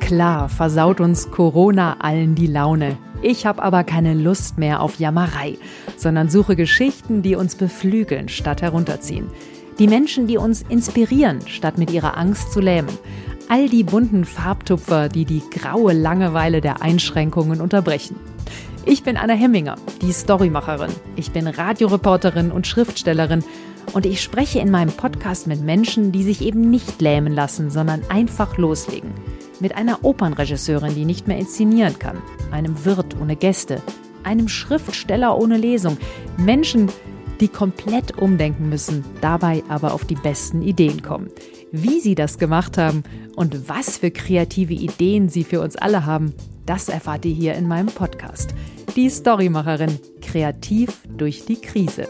Klar versaut uns Corona allen die Laune. Ich habe aber keine Lust mehr auf Jammerei, sondern suche Geschichten, die uns beflügeln, statt herunterziehen. Die Menschen, die uns inspirieren, statt mit ihrer Angst zu lähmen. All die bunten Farbtupfer, die die graue Langeweile der Einschränkungen unterbrechen. Ich bin Anna Hemminger, die Storymacherin. Ich bin Radioreporterin und Schriftstellerin. Und ich spreche in meinem Podcast mit Menschen, die sich eben nicht lähmen lassen, sondern einfach loslegen. Mit einer Opernregisseurin, die nicht mehr inszenieren kann. Einem Wirt ohne Gäste. Einem Schriftsteller ohne Lesung. Menschen, die komplett umdenken müssen, dabei aber auf die besten Ideen kommen. Wie sie das gemacht haben und was für kreative Ideen sie für uns alle haben, das erfahrt ihr hier in meinem Podcast. Die Storymacherin, kreativ durch die Krise.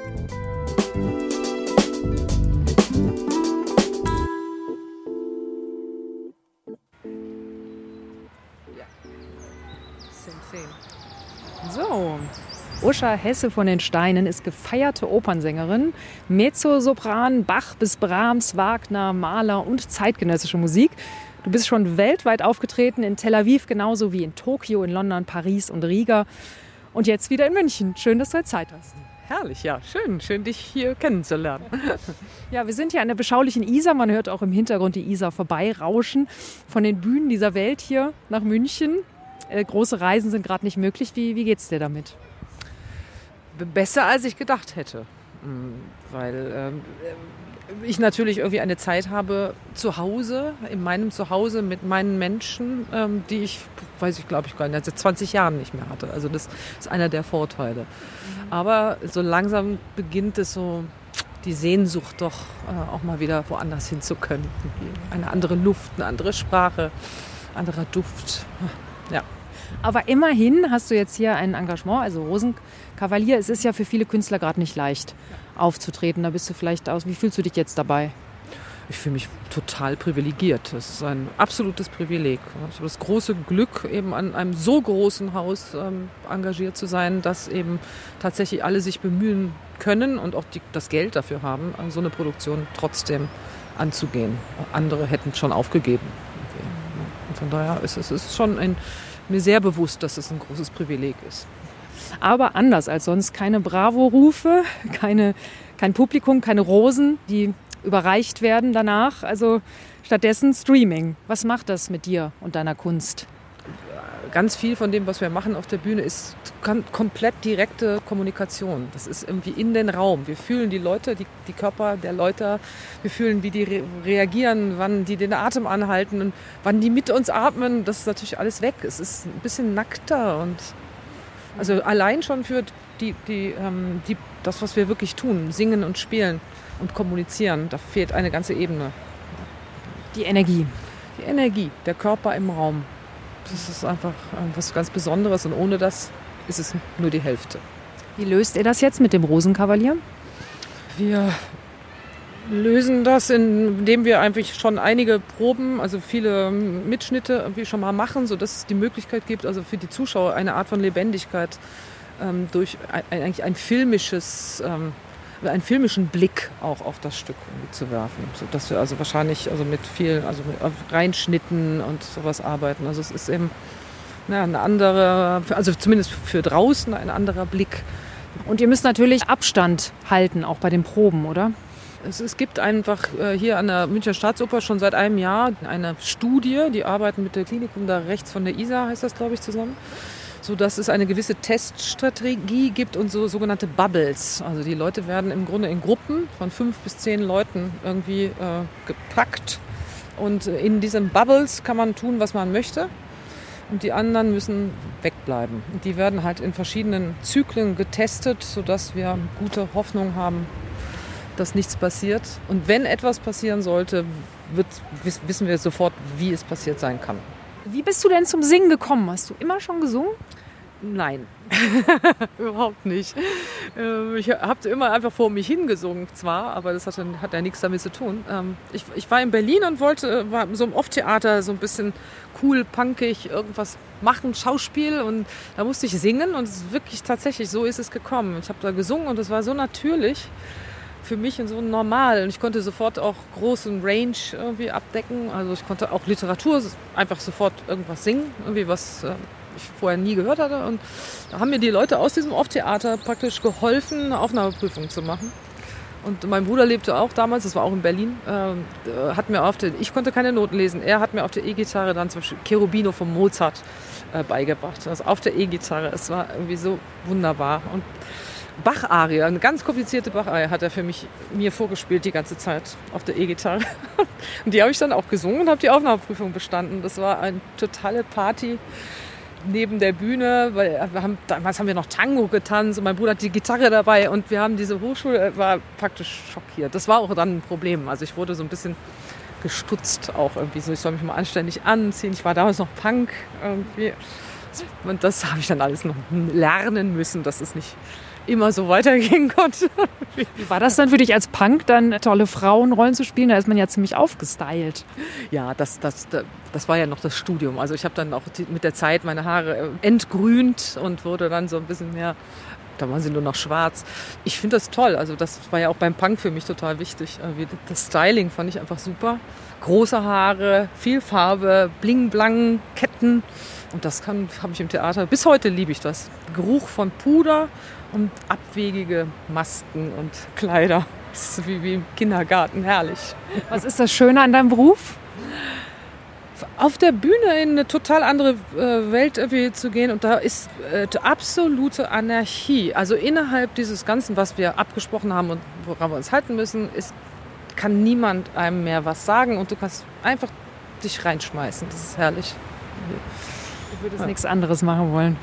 So, Uscha Hesse von den Steinen ist gefeierte Opernsängerin, Mezzosopran, Bach bis Brahms, Wagner, Mahler und zeitgenössische Musik. Du bist schon weltweit aufgetreten, in Tel Aviv genauso wie in Tokio, in London, Paris und Riga. Und jetzt wieder in München. Schön, dass du heute Zeit hast. Herrlich, ja. Schön, dich hier kennenzulernen. Ja, wir sind hier an der beschaulichen Isar. Man hört auch im Hintergrund die Isar vorbeirauschen. Von den Bühnen dieser Welt hier nach München. Große Reisen sind gerade nicht möglich. Wie geht's dir damit? Besser, als ich gedacht hätte. Weil ich natürlich irgendwie eine Zeit habe zu Hause, in meinem Zuhause mit meinen Menschen, die ich, glaube ich, gar nicht, seit 20 Jahren nicht mehr hatte. Also das ist einer der Vorteile. Aber so langsam beginnt es so, die Sehnsucht doch auch mal wieder woanders hin zu können. Eine andere Luft, eine andere Sprache, anderer Duft. Ja. Aber immerhin hast du jetzt hier ein Engagement, also Rosenkavalier. Es ist ja für viele Künstler gerade nicht leicht aufzutreten. Da bist du vielleicht aus. Wie fühlst du dich jetzt dabei? Ich fühle mich total privilegiert. Das ist ein absolutes Privileg. Ich habe das große Glück, eben an einem so großen Haus engagiert zu sein, dass eben tatsächlich alle sich bemühen können und auch das Geld dafür haben, so eine Produktion trotzdem anzugehen. Andere hätten schon aufgegeben. Und von daher ist es schon mir sehr bewusst, dass es ein großes Privileg ist. Aber anders als sonst, keine Bravo-Rufe, kein Publikum, keine Rosen, die überreicht werden danach. Also stattdessen Streaming. Was macht das mit dir und deiner Kunst? Ganz viel von dem, was wir machen auf der Bühne, ist komplett direkte Kommunikation. Das ist irgendwie in den Raum. Wir fühlen die Leute, die Körper der Leute. Wir fühlen, wie die reagieren, wann die den Atem anhalten und wann die mit uns atmen. Das ist natürlich alles weg. Es ist ein bisschen nackter. Und also allein schon für das, was wir wirklich tun, singen und spielen und kommunizieren, da fehlt eine ganze Ebene. Die Energie. Die Energie, der Körper im Raum. Das ist einfach was ganz Besonderes und ohne das ist es nur die Hälfte. Wie löst ihr das jetzt mit dem Rosenkavalier? Wir lösen das, indem wir einfach schon einige Proben, also viele Mitschnitte irgendwie schon mal machen, sodass es die Möglichkeit gibt, also für die Zuschauer eine Art von Lebendigkeit durch eigentlich einen filmischen Blick auch auf das Stück zu werfen, sodass wir also wahrscheinlich mit vielen, mit Reinschnitten und sowas arbeiten. Also es ist eben ein anderer, also zumindest für draußen ein anderer Blick. Und ihr müsst natürlich Abstand halten, auch bei den Proben, oder? Es gibt einfach hier an der Münchner Staatsoper schon seit einem Jahr eine Studie, die arbeiten mit dem Klinikum da rechts von der Isar, heißt das, glaube ich, zusammen. Sodass es eine gewisse Teststrategie gibt und so sogenannte Bubbles. Also die Leute werden im Grunde in Gruppen von 5 bis 10 Leuten irgendwie gepackt. Und in diesen Bubbles kann man tun, was man möchte. Und die anderen müssen wegbleiben. Und die werden halt in verschiedenen Zyklen getestet, sodass wir gute Hoffnung haben, dass nichts passiert. Und wenn etwas passieren sollte, wissen wir sofort, wie es passiert sein kann. Wie bist du denn zum Singen gekommen? Hast du immer schon gesungen? Nein, überhaupt nicht. Ich habe immer einfach vor mich hingesungen zwar, aber das hat ja nichts damit zu tun. Ich war in Berlin und war so im Off-Theater so ein bisschen cool, punkig, irgendwas machen, Schauspiel, und da musste ich singen und es ist wirklich tatsächlich, so ist es gekommen. Ich habe da gesungen und es war so natürlich für mich so normal. Und ich konnte sofort auch großen Range irgendwie abdecken. Also ich konnte auch Literatur einfach sofort irgendwas singen, irgendwie was ich vorher nie gehört hatte. Und da haben mir die Leute aus diesem Off-Theater praktisch geholfen, eine Aufnahmeprüfung zu machen. Und mein Bruder lebte auch damals, das war auch in Berlin, hat mir ich konnte keine Noten lesen, er hat mir auf der E-Gitarre dann zum Beispiel Cherubino von Mozart beigebracht. Also auf der E-Gitarre, es war irgendwie so wunderbar. Und Bach-Arie, eine ganz komplizierte Bach-Arie hat er mir vorgespielt die ganze Zeit auf der E-Gitarre. Und die habe ich dann auch gesungen und habe die Aufnahmeprüfung bestanden. Das war eine totale Party neben der Bühne, weil damals haben wir noch Tango getanzt und mein Bruder hat die Gitarre dabei und wir haben diese Hochschule, war praktisch schockiert. Das war auch dann ein Problem. Also ich wurde so ein bisschen gestutzt auch irgendwie so. Ich soll mich mal anständig anziehen. Ich war damals noch Punk irgendwie. Und das habe ich dann alles noch lernen müssen, dass es nicht immer so weitergehen konnte. Wie war das dann für dich als Punk, dann tolle Frauenrollen zu spielen? Da ist man ja ziemlich aufgestylt. Ja, das war ja noch das Studium. Also ich habe dann auch mit der Zeit meine Haare entgrünt und wurde dann so ein bisschen mehr, da waren sie nur noch schwarz. Ich finde das toll. Also das war ja auch beim Punk für mich total wichtig. Das Styling fand ich einfach super. Große Haare, viel Farbe, bling blang, Ketten. Und das habe ich im Theater. Bis heute liebe ich das. Geruch von Puder und abwegige Masken und Kleider. Das ist wie im Kindergarten, herrlich. Was ist das Schöne an deinem Beruf? Auf der Bühne in eine total andere Welt zu gehen und da ist absolute Anarchie. Also innerhalb dieses Ganzen, was wir abgesprochen haben und woran wir uns halten müssen, kann niemand einem mehr was sagen und du kannst einfach dich reinschmeißen. Das ist herrlich. Du würdest nichts anderes machen wollen.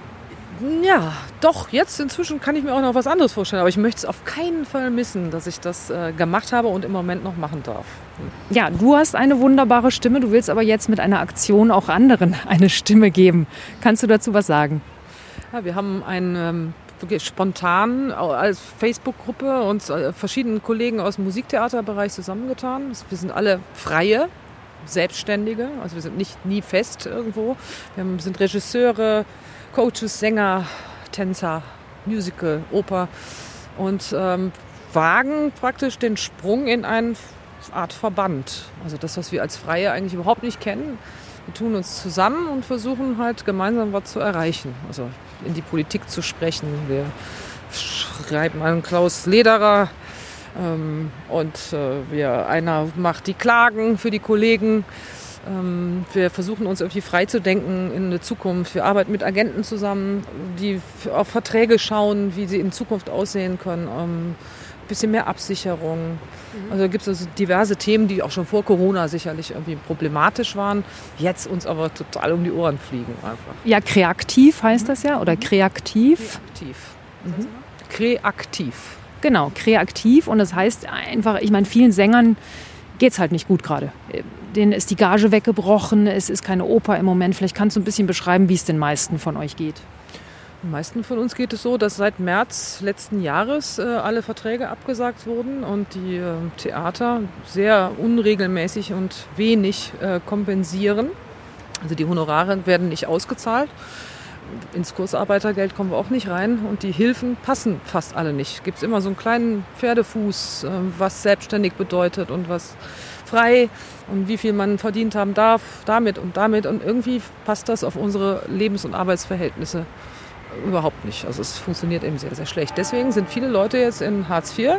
Ja, doch, jetzt inzwischen kann ich mir auch noch was anderes vorstellen. Aber ich möchte es auf keinen Fall missen, dass ich das gemacht habe und im Moment noch machen darf. Ja, du hast eine wunderbare Stimme. Du willst aber jetzt mit einer Aktion auch anderen eine Stimme geben. Kannst du dazu was sagen? Ja, wir haben wirklich spontan als Facebook-Gruppe uns verschiedene Kollegen aus dem Musiktheaterbereich zusammengetan. Wir sind alle Freie, Selbstständige. Also wir sind nie fest irgendwo. Wir sind Regisseure, Coaches, Sänger, Tänzer, Musical, Oper und wagen praktisch den Sprung in eine Art Verband. Also das, was wir als Freie eigentlich überhaupt nicht kennen. Wir tun uns zusammen und versuchen halt gemeinsam was zu erreichen. Also in die Politik zu sprechen. Wir schreiben an Klaus Lederer und einer macht die Klagen für die Kollegen. Wir versuchen uns irgendwie frei zu denken in eine Zukunft. Wir arbeiten mit Agenten zusammen, die auf Verträge schauen, wie sie in Zukunft aussehen können. Ein bisschen mehr Absicherung. Also gibt es also diverse Themen, die auch schon vor Corona sicherlich irgendwie problematisch waren, jetzt uns aber total um die Ohren fliegen einfach. Ja, kreativ heißt das ja, oder kreativ? Kreativ. Kreativ. Genau, kreativ. Und das heißt einfach, ich meine, vielen Sängern geht es halt nicht gut gerade. Denen ist die Gage weggebrochen, es ist keine Oper im Moment. Vielleicht kannst du ein bisschen beschreiben, wie es den meisten von euch geht. Den meisten von uns geht es so, dass seit März letzten Jahres alle Verträge abgesagt wurden und die Theater sehr unregelmäßig und wenig kompensieren. Also die Honorare werden nicht ausgezahlt. Ins Kursarbeitergeld kommen wir auch nicht rein und die Hilfen passen fast alle nicht. Es gibt immer so einen kleinen Pferdefuß, was selbstständig bedeutet und was frei und wie viel man verdient haben darf, damit und irgendwie passt das auf unsere Lebens- und Arbeitsverhältnisse überhaupt nicht. Also es funktioniert eben sehr, sehr schlecht. Deswegen sind viele Leute jetzt in Hartz IV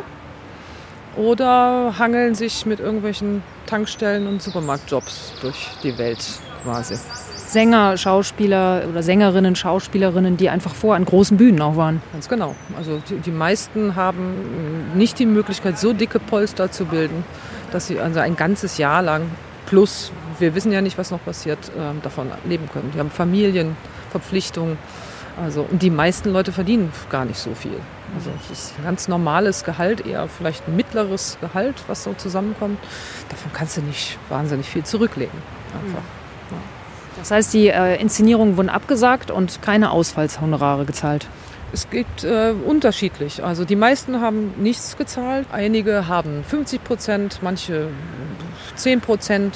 oder hangeln sich mit irgendwelchen Tankstellen und Supermarktjobs durch die Welt quasi. Sänger, Schauspieler oder Sängerinnen, Schauspielerinnen, die einfach vorher an großen Bühnen auch waren. Ganz genau. Also die meisten haben nicht die Möglichkeit, so dicke Polster zu bilden, dass sie also ein ganzes Jahr lang plus, wir wissen ja nicht, was noch passiert, davon leben können. Die haben Familien, Verpflichtungen. Also, und die meisten Leute verdienen gar nicht so viel. Also es ist ein ganz normales Gehalt, eher vielleicht ein mittleres Gehalt, was so zusammenkommt. Davon kannst du nicht wahnsinnig viel zurücklegen. Einfach. Ja. Das heißt, die Inszenierungen wurden abgesagt und keine Ausfallshonorare gezahlt? Es gibt unterschiedlich. Also die meisten haben nichts gezahlt. Einige haben 50%, manche 10%.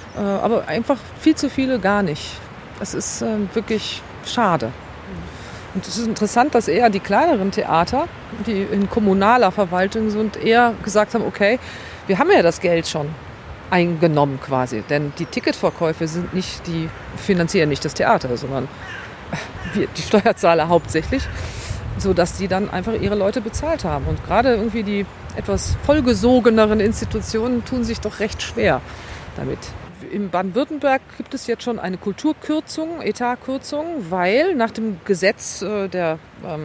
Aber einfach viel zu viele gar nicht. Das ist wirklich schade. Und es ist interessant, dass eher die kleineren Theater, die in kommunaler Verwaltung sind, eher gesagt haben, okay, wir haben ja das Geld schon eingenommen quasi. Denn die Ticketverkäufe die finanzieren nicht das Theater, sondern wir, die Steuerzahler hauptsächlich, sodass die dann einfach ihre Leute bezahlt haben. Und gerade irgendwie die etwas vollgesogeneren Institutionen tun sich doch recht schwer damit. In Baden-Württemberg gibt es jetzt schon eine Kulturkürzung, Etatkürzung, weil nach dem Gesetz der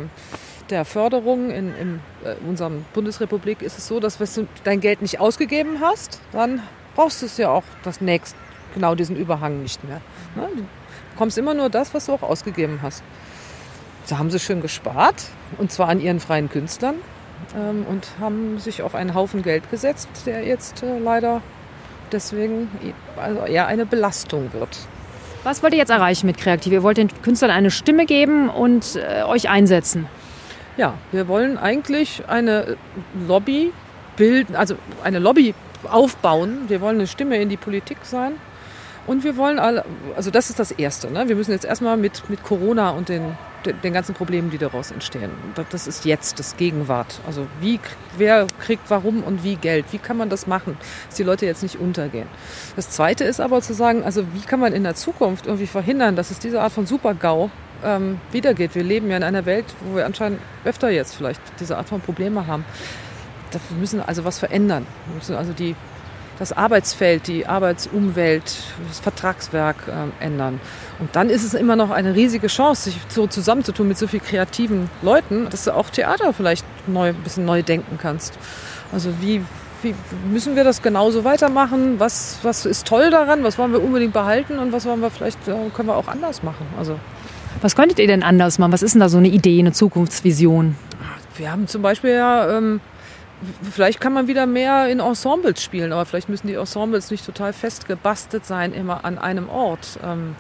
Förderung in unserer Bundesrepublik ist es so, dass wenn du dein Geld nicht ausgegeben hast, dann brauchst du es ja auch genau diesen Überhang nicht mehr. Ne? Du bekommst immer nur das, was du auch ausgegeben hast. Da haben sie schön gespart, und zwar an ihren freien Künstlern, und haben sich auf einen Haufen Geld gesetzt, der jetzt leider deswegen eher eine Belastung wird. Was wollt ihr jetzt erreichen mit Kreativ? Ihr wollt den Künstlern eine Stimme geben und euch einsetzen. Ja, wir wollen eigentlich eine Lobby bilden, also eine Lobby aufbauen. Wir wollen eine Stimme in die Politik sein. Und wir wollen also das ist das Erste. Ne? Wir müssen jetzt erstmal mit Corona und den ganzen Problemen, die daraus entstehen. Das ist jetzt das Gegenwart. Also wer kriegt warum und wie Geld? Wie kann man das machen, dass die Leute jetzt nicht untergehen? Das Zweite ist aber zu sagen, also wie kann man in der Zukunft irgendwie verhindern, dass es diese Art von Super-GAU wiedergeht? Wir leben ja in einer Welt, wo wir anscheinend öfter jetzt vielleicht diese Art von Probleme haben. Wir müssen also was verändern. Wir müssen also das Arbeitsfeld, die Arbeitsumwelt, das Vertragswerk ändern. Und dann ist es immer noch eine riesige Chance, sich so zusammenzutun mit so vielen kreativen Leuten, dass du auch Theater vielleicht ein bisschen neu denken kannst. Also wie müssen wir das genauso weitermachen? Was ist toll daran? Was wollen wir unbedingt behalten? Und was können wir auch anders machen? Also, was könntet ihr denn anders machen? Was ist denn da so eine Idee, eine Zukunftsvision? Wir haben zum Beispiel ja... Vielleicht kann man wieder mehr in Ensembles spielen, aber vielleicht müssen die Ensembles nicht total festgebastelt sein, immer an einem Ort,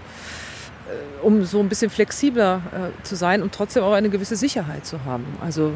um so ein bisschen flexibler zu sein und trotzdem auch eine gewisse Sicherheit zu haben. Also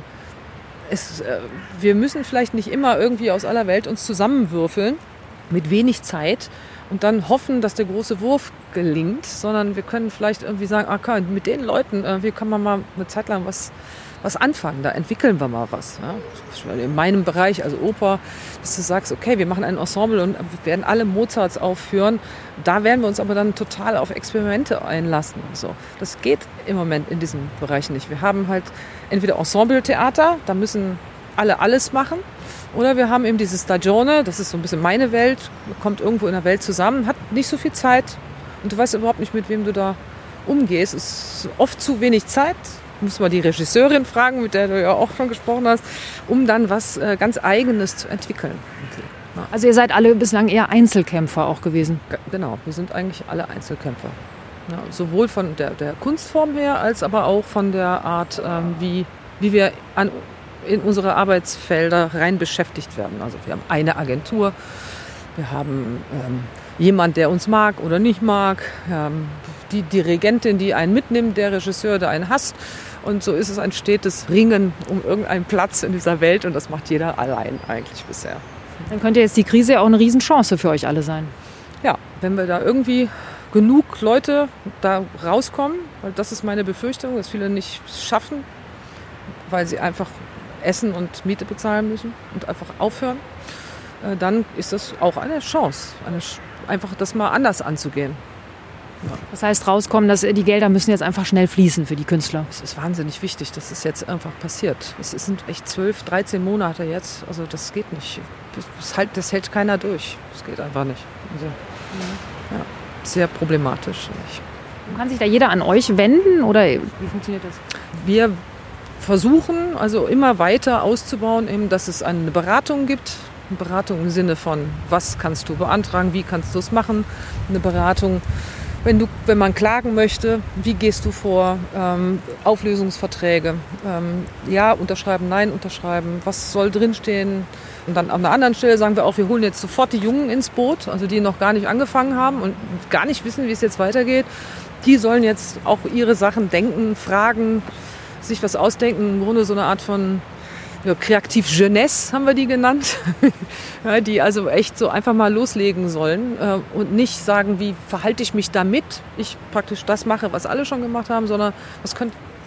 wir müssen vielleicht nicht immer irgendwie aus aller Welt uns zusammenwürfeln mit wenig Zeit und dann hoffen, dass der große Wurf gelingt, sondern wir können vielleicht irgendwie sagen, okay, mit den Leuten, wie kann man mal eine Zeit lang was anfangen, da entwickeln wir mal was. Ja? In meinem Bereich, also Oper, dass du sagst, okay, wir machen ein Ensemble und werden alle Mozarts aufführen. Da werden wir uns aber dann total auf Experimente einlassen. So. Das geht im Moment in diesem Bereich nicht. Wir haben halt entweder Ensemble-Theater, da müssen alle alles machen, oder wir haben eben diese Stagione, das ist so ein bisschen meine Welt, kommt irgendwo in der Welt zusammen, hat nicht so viel Zeit und du weißt überhaupt nicht, mit wem du da umgehst. Es ist oft zu wenig Zeit. Muss mal die Regisseurin fragen, mit der du ja auch schon gesprochen hast, um dann was ganz Eigenes zu entwickeln. Ja. Also ihr seid alle bislang eher Einzelkämpfer auch gewesen? Genau, wir sind eigentlich alle Einzelkämpfer. Ja, sowohl von der Kunstform her, als aber auch von der Art, wie wir in unsere Arbeitsfelder rein beschäftigt werden. Also wir haben eine Agentur, wir haben jemand, der uns mag oder nicht mag, die Dirigentin, die einen mitnimmt, der Regisseur, der einen hasst. Und so ist es ein stetes Ringen um irgendeinen Platz in dieser Welt. Und das macht jeder allein eigentlich bisher. Dann könnte jetzt die Krise auch eine Riesenchance für euch alle sein. Ja, wenn wir da irgendwie genug Leute da rauskommen, weil das ist meine Befürchtung, dass viele nicht schaffen, weil sie einfach essen und Miete bezahlen müssen und einfach aufhören, dann ist das auch eine Chance, einfach das mal anders anzugehen. Ja. Das heißt, rauskommen, dass die Gelder müssen jetzt einfach schnell fließen für die Künstler. Es ist wahnsinnig wichtig, dass es jetzt einfach passiert. Es sind echt 12, 13 Monate jetzt. Also das geht nicht. Das hält keiner durch. Das geht einfach nicht. Also, ja, sehr problematisch. Kann sich da jeder an euch wenden oder wie funktioniert das? Wir versuchen also immer weiter auszubauen, eben, dass es eine Beratung gibt. Eine Beratung im Sinne von, was kannst du beantragen, wie kannst du es machen. Eine Beratung, wenn man klagen möchte, wie gehst du vor, Auflösungsverträge, ja unterschreiben, nein unterschreiben, was soll drinstehen. Und dann an einer anderen Stelle sagen wir auch, wir holen jetzt sofort die Jungen ins Boot, also die noch gar nicht angefangen haben und gar nicht wissen, wie es jetzt weitergeht. Die sollen jetzt auch ihre Sachen denken, fragen, sich was ausdenken, im Grunde so eine Art von Kreativ Jeunesse haben wir die genannt, ja, die also echt so einfach mal loslegen sollen und nicht sagen, wie verhalte ich mich damit, ich praktisch das mache, was alle schon gemacht haben, sondern was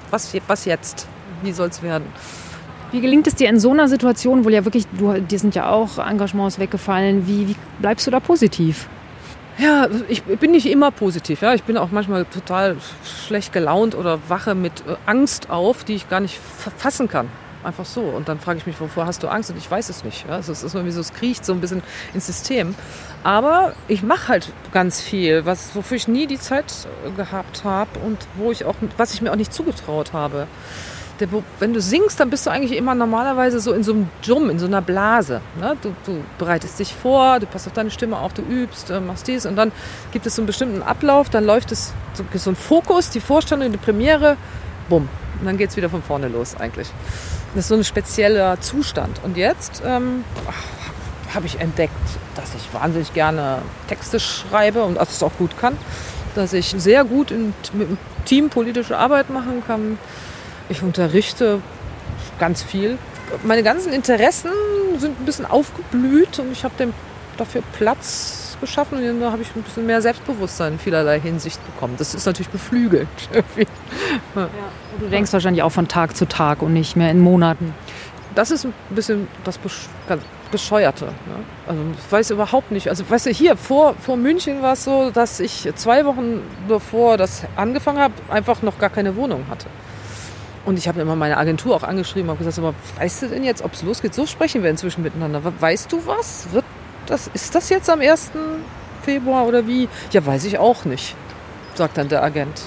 was jetzt? Wie soll es werden? Wie gelingt es dir in so einer Situation, wo ja wirklich, dir sind ja auch Engagements weggefallen, wie bleibst du da positiv? Ja, ich bin nicht immer positiv. Ja. Ich bin auch manchmal total schlecht gelaunt oder wache mit Angst auf, die ich gar nicht fassen kann. Einfach so. Und dann frage ich mich, wovor hast du Angst? Und ich weiß es nicht. Ja. Es ist irgendwie so, es kriecht so ein bisschen ins System. Aber ich mache halt ganz viel, wofür ich nie die Zeit gehabt habe und was ich mir auch nicht zugetraut habe. Wenn du singst, dann bist du eigentlich immer normalerweise so in so einem Dschum, in so einer Blase. Ne? Du bereitest dich vor, du passt auf deine Stimme auf, du übst, machst dies und dann gibt es so einen bestimmten Ablauf, dann läuft es so ein Fokus, die Vorstellung, die Premiere, bumm, und dann geht es wieder von vorne los eigentlich. Das ist so ein spezieller Zustand. Und jetzt habe ich entdeckt, dass ich wahnsinnig gerne Texte schreibe und dass ich es auch gut kann, dass ich sehr gut mit dem Team politische Arbeit machen kann. Ich unterrichte ganz viel. Meine ganzen Interessen sind ein bisschen aufgeblüht und ich habe dafür Platz geschaffen und da habe ich ein bisschen mehr Selbstbewusstsein in vielerlei Hinsicht bekommen. Das ist natürlich beflügelt. Ja. Du denkst wahrscheinlich auch von Tag zu Tag und nicht mehr in Monaten. Das ist ein bisschen das Bescheuerte. Ne? Also ich weiß überhaupt nicht. Also weißt du, hier vor München war es so, dass ich 2 Wochen bevor das angefangen habe, einfach noch gar keine Wohnung hatte. Und ich habe immer meine Agentur auch angeschrieben und gesagt, aber weißt du denn jetzt, ob es losgeht? So sprechen wir inzwischen miteinander. Weißt du was? Ist das jetzt am 1. Februar oder wie? Ja, weiß ich auch nicht, sagt dann der Agent.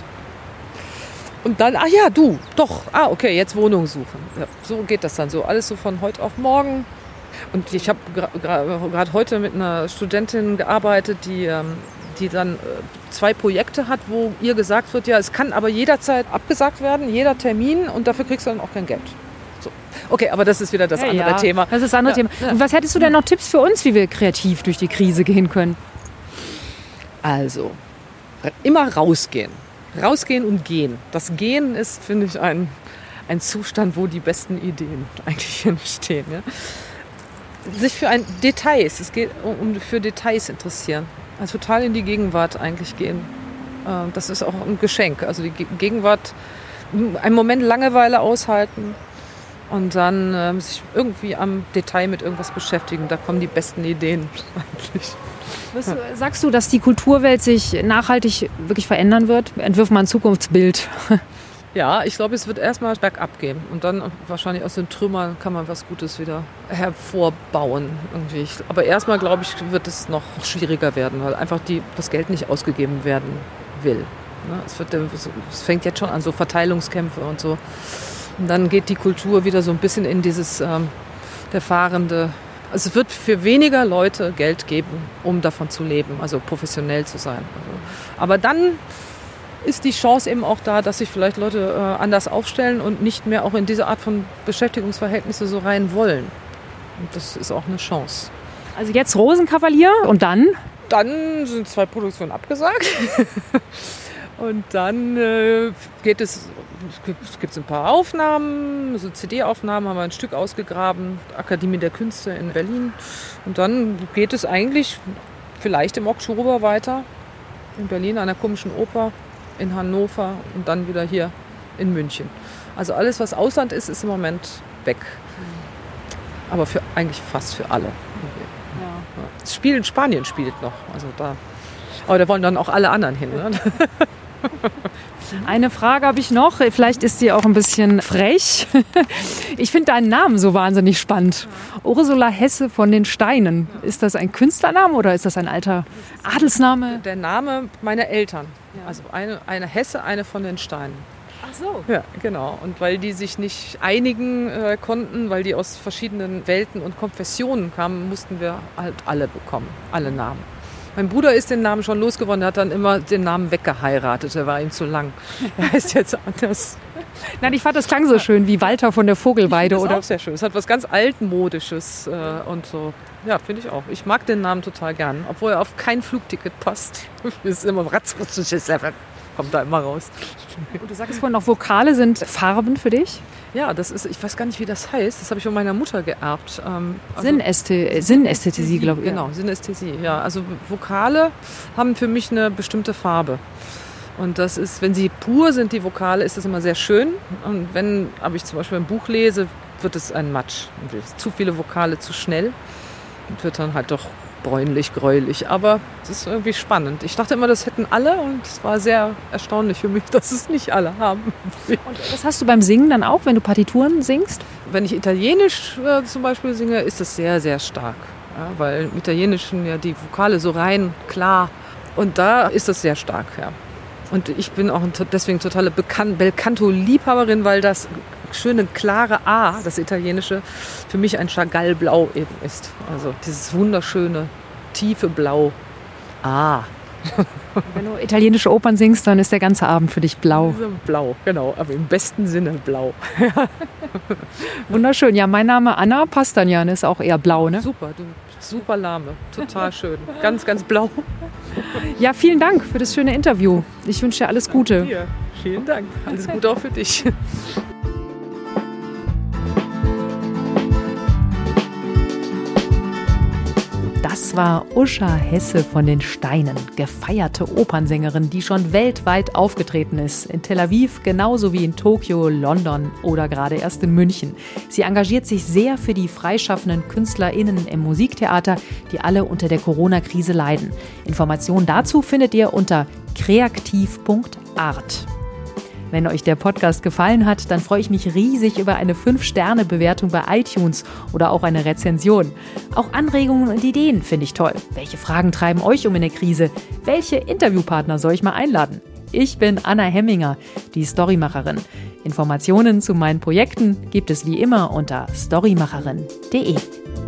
Und dann, okay, jetzt Wohnung suchen. Ja, so geht das dann so. Alles so von heute auf morgen. Und ich habe gerade heute mit einer Studentin gearbeitet, die dann 2 Projekte hat, wo ihr gesagt wird, ja, es kann aber jederzeit abgesagt werden, jeder Termin und dafür kriegst du dann auch kein Geld. So. Okay, aber das ist wieder das andere Thema. Das ist das andere Thema. Und was hättest du denn noch Tipps für uns, wie wir kreativ durch die Krise gehen können? Also, immer rausgehen. Rausgehen und gehen. Das Gehen ist, finde ich, ein Zustand, wo die besten Ideen eigentlich entstehen. Ja? Sich für für Details interessieren. Also total in die Gegenwart eigentlich gehen. Das ist auch ein Geschenk. Also die Gegenwart, einen Moment Langeweile aushalten und dann sich irgendwie am Detail mit irgendwas beschäftigen. Da kommen die besten Ideen eigentlich. Sagst du, dass die Kulturwelt sich nachhaltig wirklich verändern wird? Entwirf mal ein Zukunftsbild. Ja, ich glaube, es wird erstmal bergab gehen und dann wahrscheinlich aus den Trümmern kann man was Gutes wieder hervorbauen. Irgendwie. Aber erstmal, glaube ich, wird es noch schwieriger werden, weil einfach das Geld nicht ausgegeben werden will. Es fängt jetzt schon an, so Verteilungskämpfe und so. Und dann geht die Kultur wieder so ein bisschen in dieses der Fahrende. Also es wird für weniger Leute Geld geben, um davon zu leben, also professionell zu sein. Aber dann ist die Chance eben auch da, dass sich vielleicht Leute anders aufstellen und nicht mehr auch in diese Art von Beschäftigungsverhältnisse so rein wollen. Und das ist auch eine Chance. Also jetzt Rosenkavalier und dann? Dann sind 2 Produktionen abgesagt. Und dann gibt es ein paar Aufnahmen, so CD-Aufnahmen, haben wir ein Stück ausgegraben, Akademie der Künste in Berlin. Und dann geht es eigentlich vielleicht im Oktober weiter in Berlin an der Komischen Oper, in Hannover und dann wieder hier in München. Also alles, was Ausland ist, ist im Moment weg. Aber eigentlich fast für alle. Ja. Das Spiel in Spanien spielt noch. Also aber da wollen dann auch alle anderen hin. Ne? Eine Frage habe ich noch, vielleicht ist sie auch ein bisschen frech. Ich finde deinen Namen so wahnsinnig spannend. Ursula Hesse von den Steinen. Ist das ein Künstlername oder ist das ein alter Adelsname? Der Name meiner Eltern. Also eine Hesse, eine von den Steinen. Ach so. Ja, genau. Und weil die sich nicht einigen konnten, weil die aus verschiedenen Welten und Konfessionen kamen, mussten wir halt alle bekommen, alle Namen. Mein Bruder ist den Namen schon losgeworden, der hat dann immer den Namen weggeheiratet, der war ihm zu lang. Er heißt jetzt anders. Nein, ich fand, das klang so schön wie Walter von der Vogelweide. Das ist auch sehr schön. Es hat was ganz Altmodisches und so. Ja, finde ich auch. Ich mag den Namen total gern, obwohl er auf kein Flugticket passt. Es ist immer kommt da immer raus. Und du sagst vorhin noch, Vokale sind Farben für dich? Ja, das ist, ich weiß gar nicht, wie das heißt. Das habe ich von meiner Mutter geerbt. Synästhesie, glaube ich. Genau, Synästhesie, ja. Also Vokale haben für mich eine bestimmte Farbe. Und das ist, wenn sie pur sind, die Vokale, ist das immer sehr schön. Und wenn, aber ich zum Beispiel ein Buch lese, wird es ein Matsch. Zu viele Vokale zu schnell und wird dann halt doch bräunlich, gräulich. Aber es ist irgendwie spannend. Ich dachte immer, das hätten alle und es war sehr erstaunlich für mich, dass es nicht alle haben. Und das hast du beim Singen dann auch, wenn du Partituren singst? Wenn ich Italienisch zum Beispiel singe, ist das sehr, sehr stark. Ja, weil im Italienischen ja die Vokale so rein, klar. Und da ist das sehr stark, ja. Und ich bin auch deswegen totale Belcanto-Liebhaberin, weil das schöne, klare A, das Italienische, für mich ein Chagall-Blau eben ist. Also dieses wunderschöne, tiefe Blau. A. Wenn du italienische Opern singst, dann ist der ganze Abend für dich blau. Blau, genau, aber im besten Sinne blau. Wunderschön. Ja, mein Name Anna Pastanian ist auch eher blau, ne? Super, super Name, total schön. Ganz, ganz blau. Ja, vielen Dank für das schöne Interview. Ich wünsche dir alles Gute. Dir. Vielen Dank. Alles Gute auch für dich. Das war Usha Hesse von den Steinen, gefeierte Opernsängerin, die schon weltweit aufgetreten ist. In Tel Aviv genauso wie in Tokio, London oder gerade erst in München. Sie engagiert sich sehr für die freischaffenden KünstlerInnen im Musiktheater, die alle unter der Corona-Krise leiden. Informationen dazu findet ihr unter kreativ.art. Wenn euch der Podcast gefallen hat, dann freue ich mich riesig über eine 5-Sterne-Bewertung bei iTunes oder auch eine Rezension. Auch Anregungen und Ideen finde ich toll. Welche Fragen treiben euch in der Krise? Welche Interviewpartner soll ich mal einladen? Ich bin Anna Hemminger, die Storymacherin. Informationen zu meinen Projekten gibt es wie immer unter storymacherin.de.